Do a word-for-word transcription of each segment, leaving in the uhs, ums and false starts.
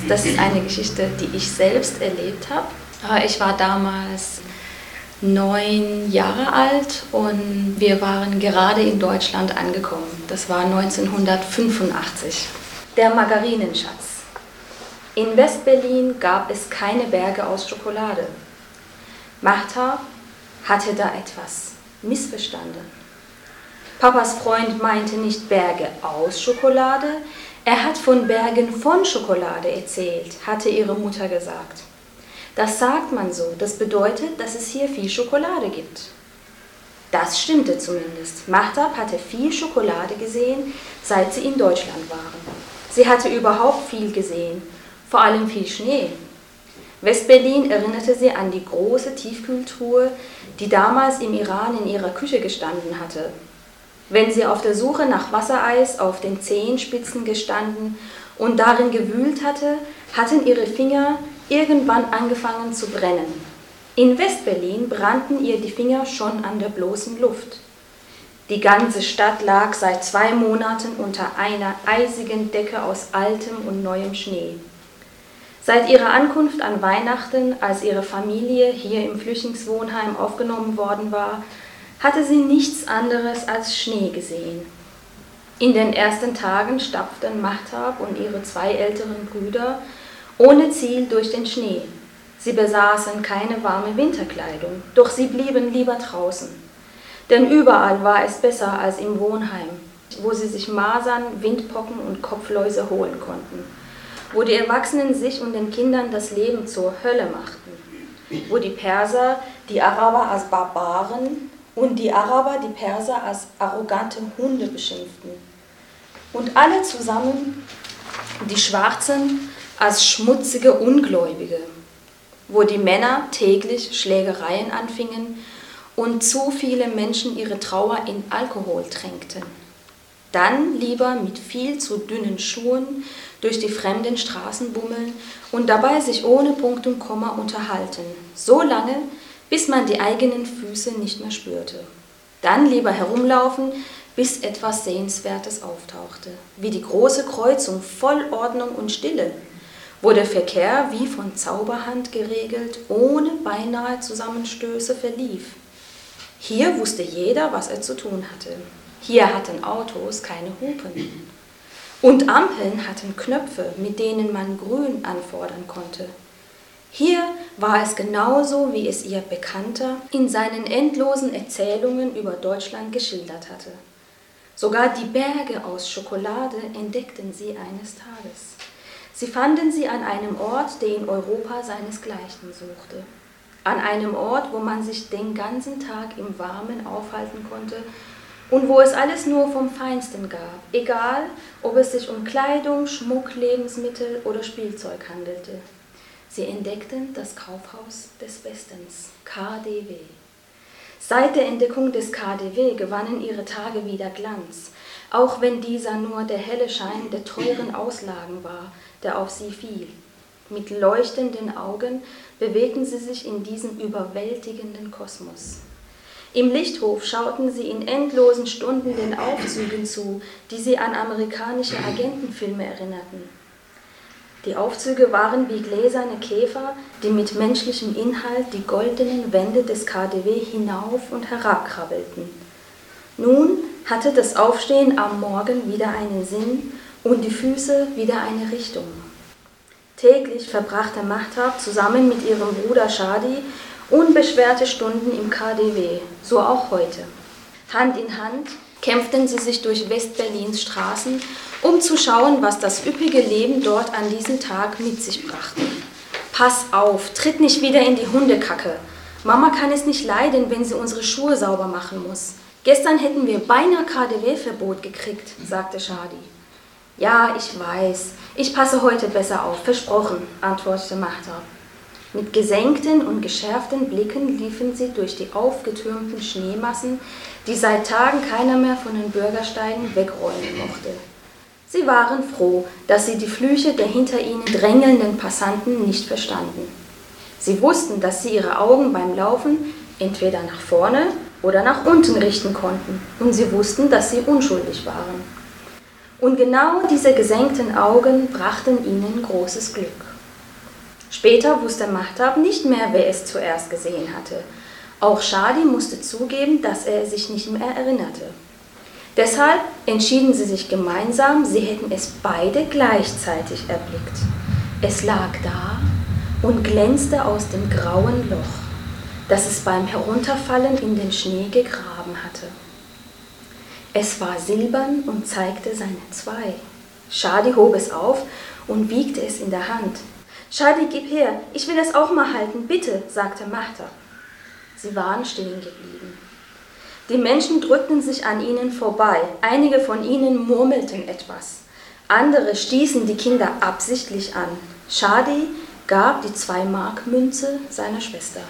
Das ist eine Geschichte, die ich selbst erlebt habe. Ich war damals neun Jahre alt und wir waren gerade in Deutschland angekommen. Das war neunzehnhundertfünfundachtzig. Der Margarinenschatz. In West-Berlin gab es keine Berge aus Schokolade. Martha hatte da etwas missverstanden. Papas Freund meinte nicht Berge aus Schokolade, er hat von Bergen von Schokolade erzählt, hatte ihre Mutter gesagt. Das sagt man so, das bedeutet, dass es hier viel Schokolade gibt. Das stimmte zumindest. Mahtab hatte viel Schokolade gesehen, seit sie in Deutschland waren. Sie hatte überhaupt viel gesehen, vor allem viel Schnee. West-Berlin erinnerte sie an die große Tiefkühltruhe, die damals im Iran in ihrer Küche gestanden hatte. Wenn sie auf der Suche nach Wassereis auf den Zehenspitzen gestanden und darin gewühlt hatte, hatten ihre Finger irgendwann angefangen zu brennen. In West-Berlin brannten ihr die Finger schon an der bloßen Luft. Die ganze Stadt lag seit zwei Monaten unter einer eisigen Decke aus altem und neuem Schnee. Seit ihrer Ankunft an Weihnachten, als ihre Familie hier im Flüchtlingswohnheim aufgenommen worden war, hatte sie nichts anderes als Schnee gesehen. In den ersten Tagen stapften Mahtab und ihre zwei älteren Brüder ohne Ziel durch den Schnee. Sie besaßen keine warme Winterkleidung, doch sie blieben lieber draußen. Denn überall war es besser als im Wohnheim, wo sie sich Masern, Windpocken und Kopfläuse holen konnten, wo die Erwachsenen sich und den Kindern das Leben zur Hölle machten, wo die Perser die Araber als Barbaren und die Araber die Perser als arrogante Hunde beschimpften. Und alle zusammen, die Schwarzen, als schmutzige Ungläubige, wo die Männer täglich Schlägereien anfingen und zu viele Menschen ihre Trauer in Alkohol tränkten. Dann lieber mit viel zu dünnen Schuhen durch die fremden Straßen bummeln und dabei sich ohne Punkt und Komma unterhalten, so lange, bis man die eigenen Füße nicht mehr spürte. Dann lieber herumlaufen, bis etwas Sehenswertes auftauchte, wie die große Kreuzung voll Ordnung und Stille, wo der Verkehr wie von Zauberhand geregelt, ohne beinahe Zusammenstöße verlief. Hier wusste jeder, was er zu tun hatte. Hier hatten Autos keine Hupen. Und Ampeln hatten Knöpfe, mit denen man Grün anfordern konnte. Hier war es genauso, wie es ihr Bekannter in seinen endlosen Erzählungen über Deutschland geschildert hatte. Sogar die Berge aus Schokolade entdeckten sie eines Tages. Sie fanden sie an einem Ort, der in Europa seinesgleichen suchte. An einem Ort, wo man sich den ganzen Tag im Warmen aufhalten konnte und wo es alles nur vom Feinsten gab, egal ob es sich um Kleidung, Schmuck, Lebensmittel oder Spielzeug handelte. Sie entdeckten das Kaufhaus des Westens, K D W. Seit der Entdeckung des K D W gewannen ihre Tage wieder Glanz, auch wenn dieser nur der helle Schein der teuren Auslagen war, der auf sie fiel. Mit leuchtenden Augen bewegten sie sich in diesem überwältigenden Kosmos. Im Lichthof schauten sie in endlosen Stunden den Aufzügen zu, die sie an amerikanische Agentenfilme erinnerten. Die Aufzüge waren wie gläserne Käfer, die mit menschlichem Inhalt die goldenen Wände des K D W hinauf und herabkrabbelten. Nun hatte das Aufstehen am Morgen wieder einen Sinn und die Füße wieder eine Richtung. Täglich verbrachte Mahtab zusammen mit ihrem Bruder Shadi unbeschwerte Stunden im K D W, so auch heute. Hand in Hand kämpften sie sich durch West-Berlins Straßen, um zu schauen, was das üppige Leben dort an diesem Tag mit sich brachte. Pass auf, tritt nicht wieder in die Hundekacke. Mama kann es nicht leiden, wenn sie unsere Schuhe sauber machen muss. Gestern hätten wir beinahe K D W-Verbot gekriegt, sagte Shadi. Ja, ich weiß. Ich passe heute besser auf, versprochen, antwortete Mahtab. Mit gesenkten und geschärften Blicken liefen sie durch die aufgetürmten Schneemassen, die seit Tagen keiner mehr von den Bürgersteigen wegräumen mochte. Sie waren froh, dass sie die Flüche der hinter ihnen drängelnden Passanten nicht verstanden. Sie wussten, dass sie ihre Augen beim Laufen entweder nach vorne oder nach unten richten konnten, und sie wussten, dass sie unschuldig waren. Und genau diese gesenkten Augen brachten ihnen großes Glück. Später wusste Mahtab nicht mehr, wer es zuerst gesehen hatte. Auch Shadi musste zugeben, dass er sich nicht mehr erinnerte. Deshalb entschieden sie sich gemeinsam, sie hätten es beide gleichzeitig erblickt. Es lag da und glänzte aus dem grauen Loch, das es beim Herunterfallen in den Schnee gegraben hatte. Es war silbern und zeigte seine zwei. Shadi hob es auf und wiegte es in der Hand. »Shadi, gib her, ich will es auch mal halten, bitte«, sagte Mahtab. Sie waren stehen geblieben. Die Menschen drückten sich an ihnen vorbei, einige von ihnen murmelten etwas. Andere stießen die Kinder absichtlich an. Shadi gab die Zwei-Mark-Münze seiner Schwester.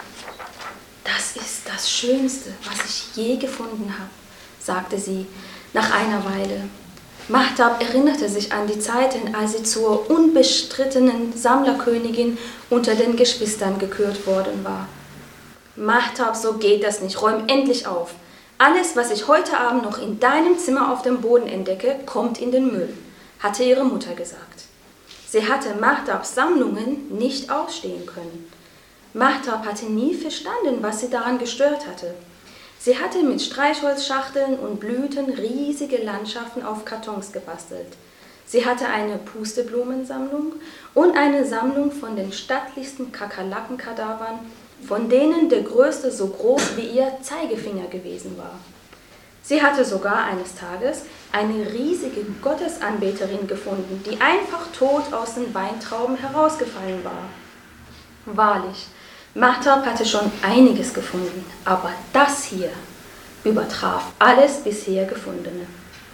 »Das ist das Schönste, was ich je gefunden habe«, sagte sie nach einer Weile. Mahtab erinnerte sich an die Zeiten, als sie zur unbestrittenen Sammlerkönigin unter den Geschwistern gekürt worden war. »Mahtab, so geht das nicht. Räum endlich auf. Alles, was ich heute Abend noch in deinem Zimmer auf dem Boden entdecke, kommt in den Müll«, hatte ihre Mutter gesagt. Sie hatte Mahtabs Sammlungen nicht ausstehen können. Mahtab hatte nie verstanden, was sie daran gestört hatte. Sie hatte mit Streichholzschachteln und Blüten riesige Landschaften auf Kartons gebastelt. Sie hatte eine Pusteblumensammlung und eine Sammlung von den stattlichsten Kakerlakenkadavern, von denen der größte so groß wie ihr Zeigefinger gewesen war. Sie hatte sogar eines Tages eine riesige Gottesanbeterin gefunden, die einfach tot aus den Weintrauben herausgefallen war. Wahrlich, Mahtab hatte schon einiges gefunden, aber das hier übertraf alles bisher Gefundene.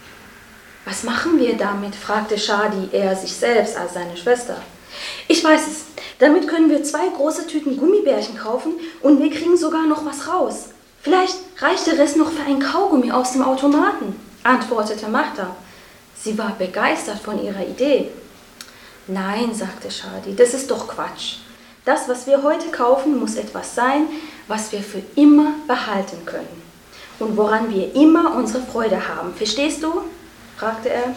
»Was machen wir damit?«, fragte Shadi eher sich selbst als seine Schwester. »Ich weiß es, damit können wir zwei große Tüten Gummibärchen kaufen und wir kriegen sogar noch was raus. Vielleicht reicht der Rest noch für ein Kaugummi aus dem Automaten«, antwortete Mahtab. Sie war begeistert von ihrer Idee. »Nein«, sagte Shadi, »das ist doch Quatsch. Das, was wir heute kaufen, muss etwas sein, was wir für immer behalten können und woran wir immer unsere Freude haben. Verstehst du?«, fragte er.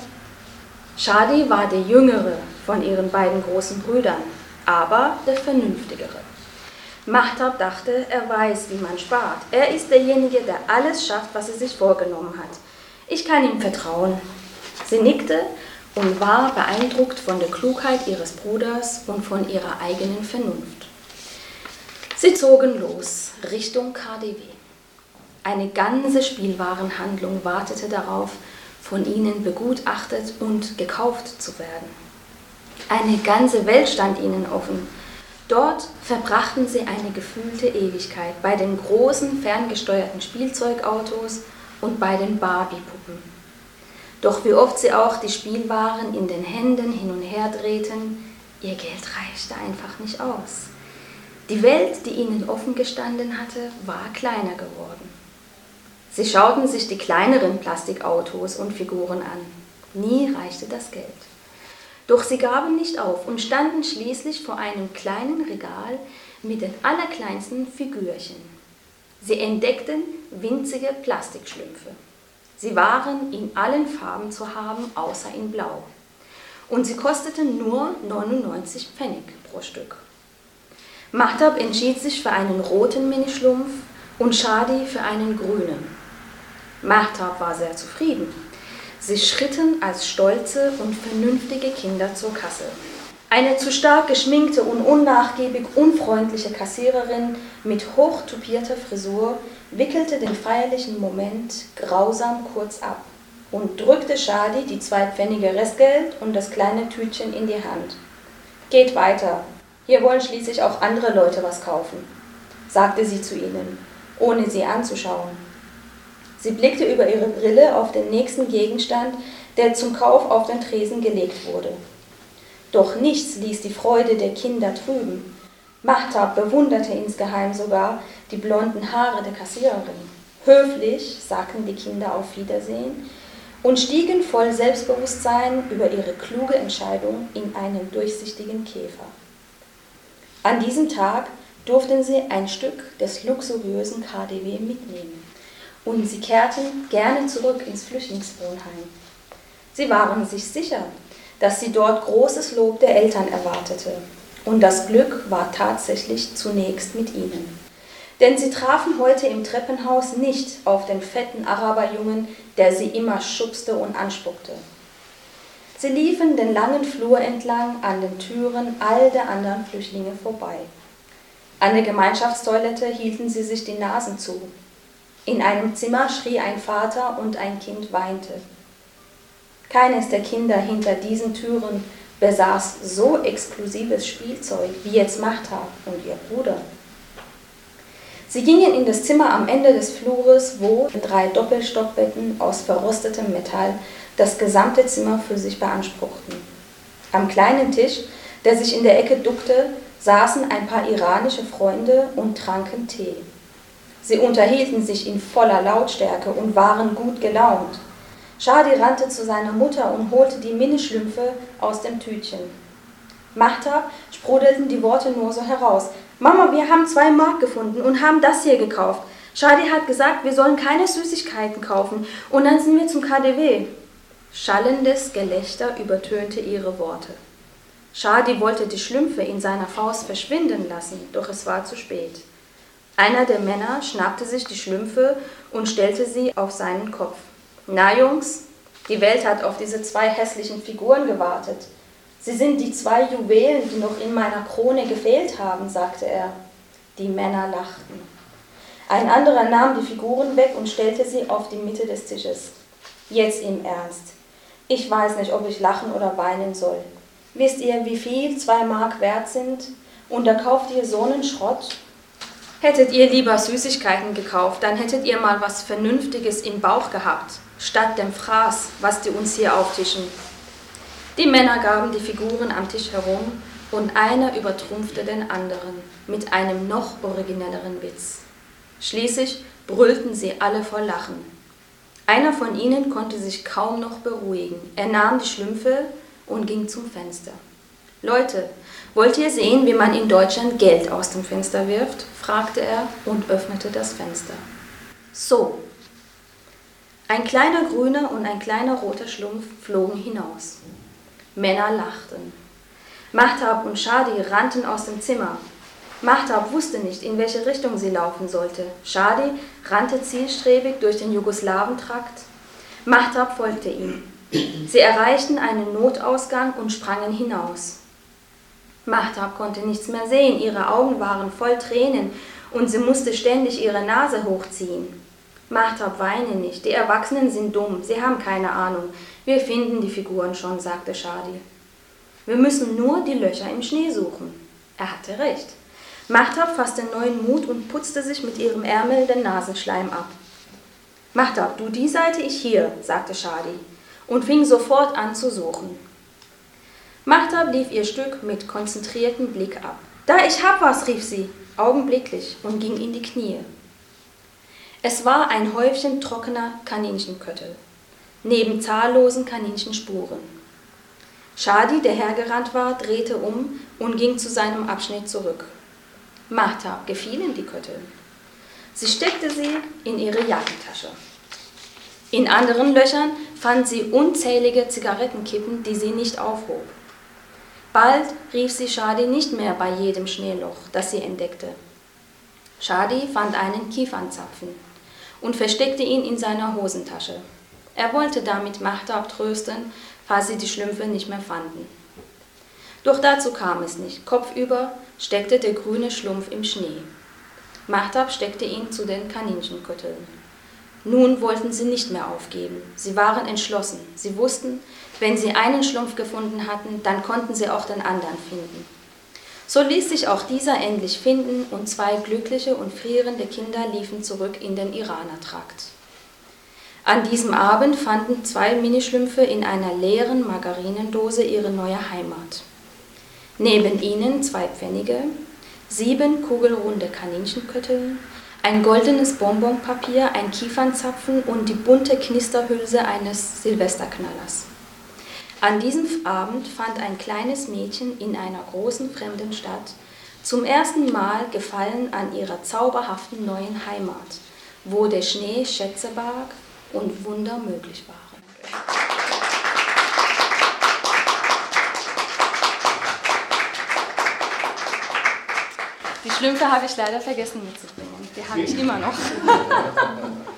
Shadi war der jüngere von ihren beiden großen Brüdern, aber der vernünftigere. Mahtab dachte, er weiß, wie man spart. Er ist derjenige, der alles schafft, was er sich vorgenommen hat. Ich kann ihm vertrauen. Sie nickte und war beeindruckt von der Klugheit ihres Bruders und von ihrer eigenen Vernunft. Sie zogen los, Richtung K D W. Eine ganze Spielwarenhandlung wartete darauf, von ihnen begutachtet und gekauft zu werden. Eine ganze Welt stand ihnen offen. Dort verbrachten sie eine gefühlte Ewigkeit bei den großen, ferngesteuerten Spielzeugautos und bei den Barbie-Puppen. Doch wie oft sie auch die Spielwaren in den Händen hin und her drehten, ihr Geld reichte einfach nicht aus. Die Welt, die ihnen offen gestanden hatte, war kleiner geworden. Sie schauten sich die kleineren Plastikautos und Figuren an. Nie reichte das Geld. Doch sie gaben nicht auf und standen schließlich vor einem kleinen Regal mit den allerkleinsten Figürchen. Sie entdeckten winzige Plastikschlümpfe. Sie waren in allen Farben zu haben, außer in Blau. Und sie kosteten nur neunundneunzig Pfennig pro Stück. Mahtab entschied sich für einen roten Minischlumpf und Shadi für einen grünen. Mahtab war sehr zufrieden. Sie schritten als stolze und vernünftige Kinder zur Kasse. Eine zu stark geschminkte und unnachgiebig unfreundliche Kassiererin mit hochtupierter Frisur wickelte den feierlichen Moment grausam kurz ab und drückte Shadi die zwei Pfennige Restgeld und das kleine Tütchen in die Hand. »Geht weiter, hier wollen schließlich auch andere Leute was kaufen«, sagte sie zu ihnen, ohne sie anzuschauen. Sie blickte über ihre Brille auf den nächsten Gegenstand, der zum Kauf auf den Tresen gelegt wurde. Doch nichts ließ die Freude der Kinder trüben. Mahtab bewunderte insgeheim sogar die blonden Haare der Kassiererin. Höflich sagten die Kinder auf Wiedersehen und stiegen voll Selbstbewusstsein über ihre kluge Entscheidung in einen durchsichtigen Käfer. An diesem Tag durften sie ein Stück des luxuriösen K D W mitnehmen und sie kehrten gerne zurück ins Flüchtlingswohnheim. Sie waren sich sicher, dass sie dort großes Lob der Eltern erwartete. Und das Glück war tatsächlich zunächst mit ihnen. Denn sie trafen heute im Treppenhaus nicht auf den fetten Araberjungen, der sie immer schubste und anspuckte. Sie liefen den langen Flur entlang an den Türen all der anderen Flüchtlinge vorbei. An der Gemeinschaftstoilette hielten sie sich die Nasen zu. In einem Zimmer schrie ein Vater und ein Kind weinte. Keines der Kinder hinter diesen Türen besaß so exklusives Spielzeug wie jetzt Mahtab und ihr Bruder. Sie gingen in das Zimmer am Ende des Flures, wo drei Doppelstockbetten aus verrostetem Metall das gesamte Zimmer für sich beanspruchten. Am kleinen Tisch, der sich in der Ecke duckte, saßen ein paar iranische Freunde und tranken Tee. Sie unterhielten sich in voller Lautstärke und waren gut gelaunt. Shadi rannte zu seiner Mutter und holte die Minischlümpfe aus dem Tütchen. Mahtab sprudelten die Worte nur so heraus. »Mama, wir haben zwei Mark gefunden und haben das hier gekauft. Shadi hat gesagt, wir sollen keine Süßigkeiten kaufen und dann sind wir zum K D W.« Schallendes Gelächter übertönte ihre Worte. Shadi wollte die Schlümpfe in seiner Faust verschwinden lassen, doch es war zu spät. Einer der Männer schnappte sich die Schlümpfe und stellte sie auf seinen Kopf. »Na Jungs, die Welt hat auf diese zwei hässlichen Figuren gewartet. Sie sind die zwei Juwelen, die noch in meiner Krone gefehlt haben«, sagte er. Die Männer lachten. Ein anderer nahm die Figuren weg und stellte sie auf die Mitte des Tisches. »Jetzt im Ernst. Ich weiß nicht, ob ich lachen oder weinen soll. Wisst ihr, wie viel zwei Mark wert sind? Und da kauft ihr so einen Schrott? Hättet ihr lieber Süßigkeiten gekauft, dann hättet ihr mal was Vernünftiges im Bauch gehabt, statt dem Fraß, was die uns hier auftischen.« Die Männer gaben die Figuren am Tisch herum und einer übertrumpfte den anderen mit einem noch originelleren Witz. Schließlich brüllten sie alle vor Lachen. Einer von ihnen konnte sich kaum noch beruhigen. Er nahm die Schlümpfe und ging zum Fenster. »Leute, wollt ihr sehen, wie man in Deutschland Geld aus dem Fenster wirft?«, fragte er und öffnete das Fenster. So. Ein kleiner grüner und ein kleiner roter Schlumpf flogen hinaus. Männer lachten. Mahtab und Shadi rannten aus dem Zimmer. Mahtab wusste nicht, in welche Richtung sie laufen sollte. Shadi rannte zielstrebig durch den Jugoslawentrakt. Mahtab folgte ihm. Sie erreichten einen Notausgang und sprangen hinaus. Mahtab konnte nichts mehr sehen, ihre Augen waren voll Tränen und sie musste ständig ihre Nase hochziehen. »Mahtab, weine nicht, die Erwachsenen sind dumm, sie haben keine Ahnung. Wir finden die Figuren schon«, sagte Shadi. »Wir müssen nur die Löcher im Schnee suchen.« Er hatte recht. Mahtab fasste neuen Mut und putzte sich mit ihrem Ärmel den Nasenschleim ab. »Mahtab, du die Seite, ich hier«, sagte Shadi und fing sofort an zu suchen. Mahtab lief ihr Stück mit konzentriertem Blick ab. »Da, ich hab was«, rief sie, augenblicklich, und ging in die Knie. Es war ein Häufchen trockener Kaninchenköttel, neben zahllosen Kaninchenspuren. Shadi, der hergerannt war, drehte um und ging zu seinem Abschnitt zurück. Mahtab gefielen die Köttel. Sie steckte sie in ihre Jackentasche. In anderen Löchern fand sie unzählige Zigarettenkippen, die sie nicht aufhob. Bald rief sie Shadi nicht mehr bei jedem Schneeloch, das sie entdeckte. Shadi fand einen Kiefernzapfen und versteckte ihn in seiner Hosentasche. Er wollte damit Mahtab trösten, falls sie die Schlümpfe nicht mehr fanden. Doch dazu kam es nicht. Kopfüber steckte der grüne Schlumpf im Schnee. Mahtab steckte ihn zu den Kaninchenkötteln. Nun wollten sie nicht mehr aufgeben. Sie waren entschlossen. Sie wussten, wenn sie einen Schlumpf gefunden hatten, dann konnten sie auch den anderen finden. So ließ sich auch dieser endlich finden und zwei glückliche und frierende Kinder liefen zurück in den Iranertrakt. An diesem Abend fanden zwei Minischlümpfe in einer leeren Margarinendose ihre neue Heimat. Neben ihnen zwei Pfennige, sieben kugelrunde Kaninchenköttel, ein goldenes Bonbonpapier, ein Kiefernzapfen und die bunte Knisterhülse eines Silvesterknallers. An diesem Abend fand ein kleines Mädchen in einer großen fremden Stadt zum ersten Mal Gefallen an ihrer zauberhaften neuen Heimat, wo der Schnee Schätze barg und Wunder möglich waren. Die Schlümpfe habe ich leider vergessen mitzubringen. Die habe ich immer noch.